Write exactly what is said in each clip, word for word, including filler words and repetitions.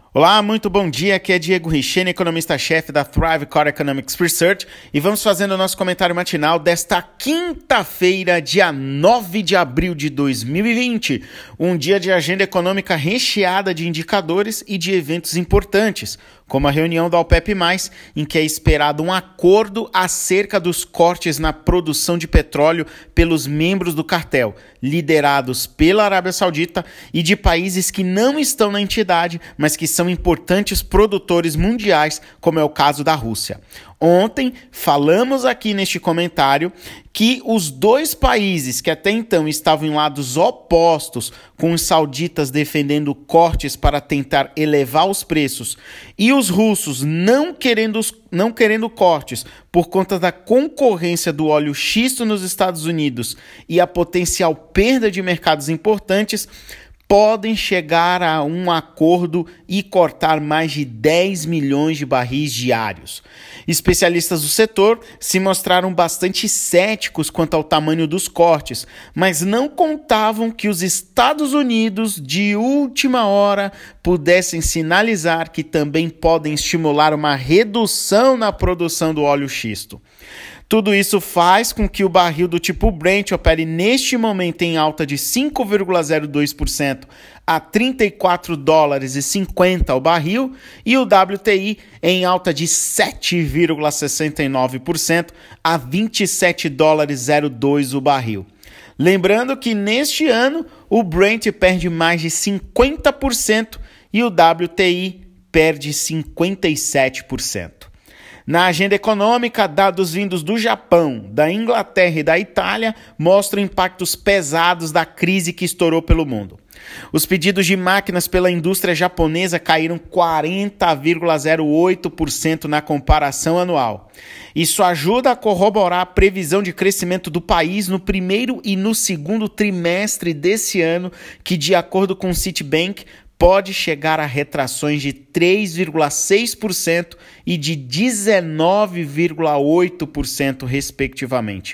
Olá, muito bom dia, aqui é Diego Richene, economista-chefe da Thrive Core Economics Research, e vamos fazendo o nosso comentário matinal desta quinta-feira, dia nove de abril de dois mil e vinte, um dia de agenda econômica recheada de indicadores e de eventos importantes, como a reunião da OPEP mais, em que é esperado um acordo acerca dos cortes na produção de petróleo pelos membros do cartel, liderados pela Arábia Saudita e de países que não estão na entidade, mas que são importantes produtores mundiais, como é o caso da Rússia. Ontem, falamos aqui neste comentário que os dois países que até então estavam em lados opostos, com os sauditas defendendo cortes para tentar elevar os preços e os russos não querendo, não querendo cortes por conta da concorrência do óleo xisto nos Estados Unidos e a potencial perda de mercados importantes, podem chegar a um acordo e cortar mais de dez milhões de barris diários. Especialistas do setor se mostraram bastante céticos quanto ao tamanho dos cortes, mas não contavam que os Estados Unidos, de última hora, pudessem sinalizar que também podem estimular uma redução na produção do óleo xisto. Tudo isso faz com que o barril do tipo Brent opere neste momento em alta de cinco vírgula zero dois por cento a trinta e quatro dólares e cinquenta o barril e o W T I em alta de sete vírgula sessenta e nove por cento a vinte e sete dólares e zero dois o barril. Lembrando que neste ano o Brent perde mais de cinquenta por cento e o W T I perde cinquenta e sete por cento. Na agenda econômica, dados vindos do Japão, da Inglaterra e da Itália mostram impactos pesados da crise que estourou pelo mundo. Os pedidos de máquinas pela indústria japonesa caíram quarenta vírgula zero oito por cento na comparação anual. Isso ajuda a corroborar a previsão de crescimento do país no primeiro e no segundo trimestre desse ano, que, de acordo com o Citibank, pode chegar a retrações de três vírgula seis por cento e de dezenove vírgula oito por cento, respectivamente.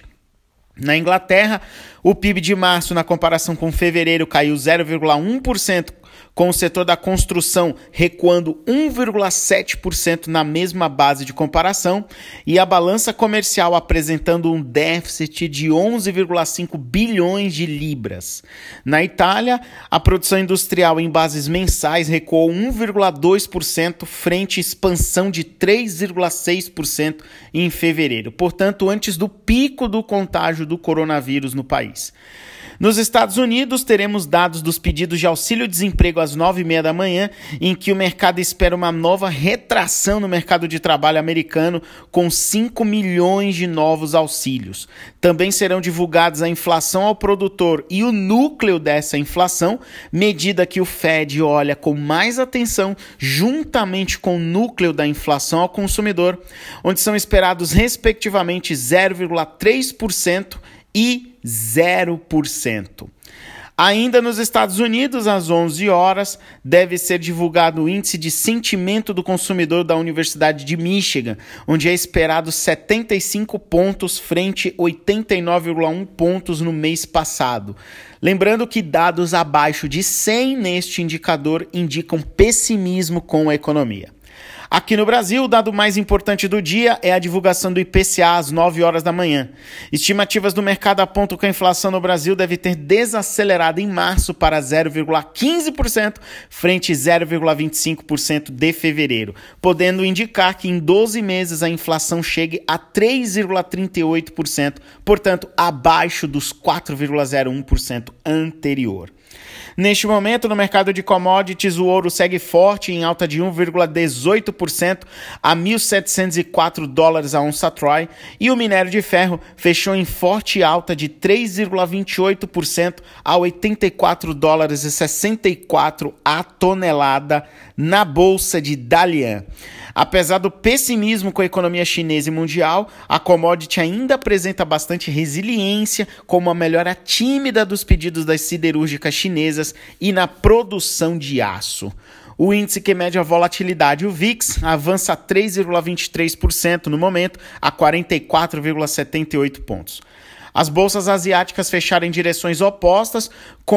Na Inglaterra, o P I B de março, na comparação com fevereiro, caiu zero vírgula um por cento, com o setor da construção recuando um vírgula sete por cento na mesma base de comparação e a balança comercial apresentando um déficit de onze vírgula cinco bilhões de libras. Na Itália, a produção industrial em bases mensais recuou um vírgula dois por cento frente à expansão de três vírgula seis por cento em fevereiro, portanto, antes do pico do contágio do coronavírus no país. Nos Estados Unidos, teremos dados dos pedidos de auxílio-desemprego às nove e meia da manhã, em que o mercado espera uma nova retração no mercado de trabalho americano, com cinco milhões de novos auxílios. Também serão divulgados a inflação ao produtor e o núcleo dessa inflação, medida que o Fed olha com mais atenção, juntamente com o núcleo da inflação ao consumidor, onde são esperados, respectivamente, zero vírgula três por cento e zero por cento. Ainda nos Estados Unidos, às onze horas, deve ser divulgado o índice de sentimento do consumidor da Universidade de Michigan, onde é esperado setenta e cinco pontos frente a oitenta e nove vírgula um pontos no mês passado. Lembrando que dados abaixo de cem neste indicador indicam pessimismo com a economia. Aqui no Brasil, o dado mais importante do dia é a divulgação do I P C A às nove horas da manhã. Estimativas do mercado apontam que a inflação no Brasil deve ter desacelerado em março para zero vírgula quinze por cento, frente a zero vírgula vinte e cinco por cento de fevereiro, podendo indicar que em doze meses a inflação chegue a três vírgula trinta e oito por cento, portanto, abaixo dos quatro vírgula zero um por cento anterior. Neste momento, no mercado de commodities, o ouro segue forte em alta de um vírgula dezoito por cento a mil setecentos e quatro dólares a onça Troy e o minério de ferro fechou em forte alta de três vírgula vinte e oito por cento a oitenta e quatro dólares e sessenta e quatro a tonelada na bolsa de Dalian. Apesar do pessimismo com a economia chinesa e mundial, a commodity ainda apresenta bastante resiliência, como a melhora tímida dos pedidos das siderúrgicas chinesas e na produção de aço. O índice que mede a volatilidade, o V I X, avança três vírgula vinte e três por cento no momento, a quarenta e quatro vírgula setenta e oito pontos. As bolsas asiáticas fecharam em direções opostas, com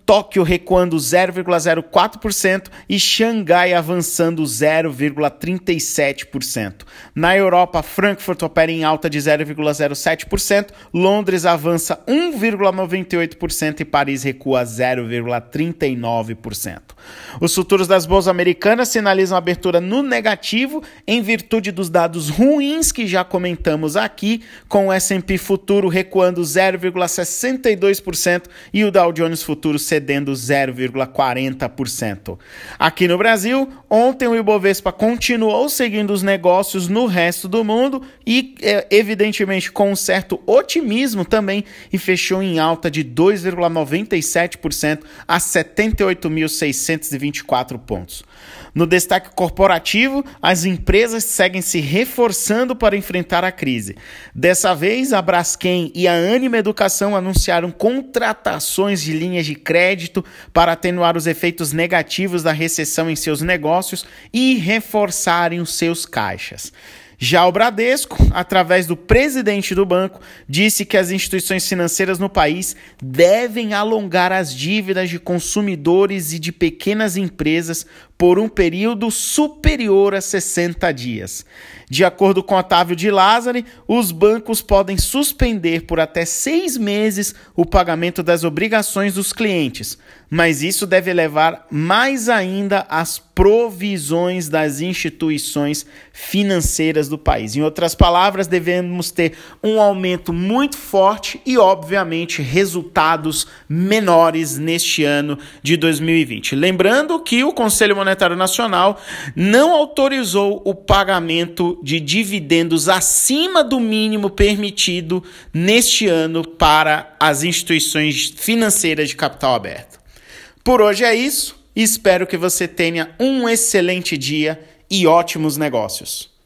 Tóquio recuando zero vírgula zero quatro por cento e Xangai avançando zero vírgula trinta e sete por cento. Na Europa, Frankfurt opera em alta de zero vírgula zero sete por cento, Londres avança um vírgula noventa e oito por cento e Paris recua zero vírgula trinta e nove por cento. Os futuros das bolsas americanas sinalizam abertura no negativo em virtude dos dados ruins que já comentamos aqui, com o S and P futuro recuando zero vírgula sessenta e dois por cento e o Dow Jones futuro cedendo zero vírgula quarenta por cento. Aqui no Brasil, ontem o Ibovespa continuou seguindo os negócios no resto do mundo e, evidentemente, com um certo otimismo também, e fechou em alta de dois vírgula noventa e sete por cento a setenta e oito mil seiscentos e vinte e quatro pontos. No destaque corporativo, as empresas seguem se reforçando para enfrentar a crise. Dessa vez, a Braskem e a Ânima Educação anunciaram contratações de linhas de crédito para atenuar os efeitos negativos da recessão em seus negócios e reforçarem os seus caixas. Já o Bradesco, através do presidente do banco, disse que as instituições financeiras no país devem alongar as dívidas de consumidores e de pequenas empresas por um período superior a sessenta dias. De acordo com Otávio de Lázari, os bancos podem suspender por até seis meses o pagamento das obrigações dos clientes, mas isso deve levar mais ainda às provisões das instituições financeiras do país. Em outras palavras, devemos ter um aumento muito forte e, obviamente, resultados menores neste ano de dois mil e vinte. Lembrando que o Conselho Monetário Nacional não autorizou o pagamento de dividendos acima do mínimo permitido neste ano para as instituições financeiras de capital aberto. Por hoje é isso. Espero que você tenha um excelente dia e ótimos negócios.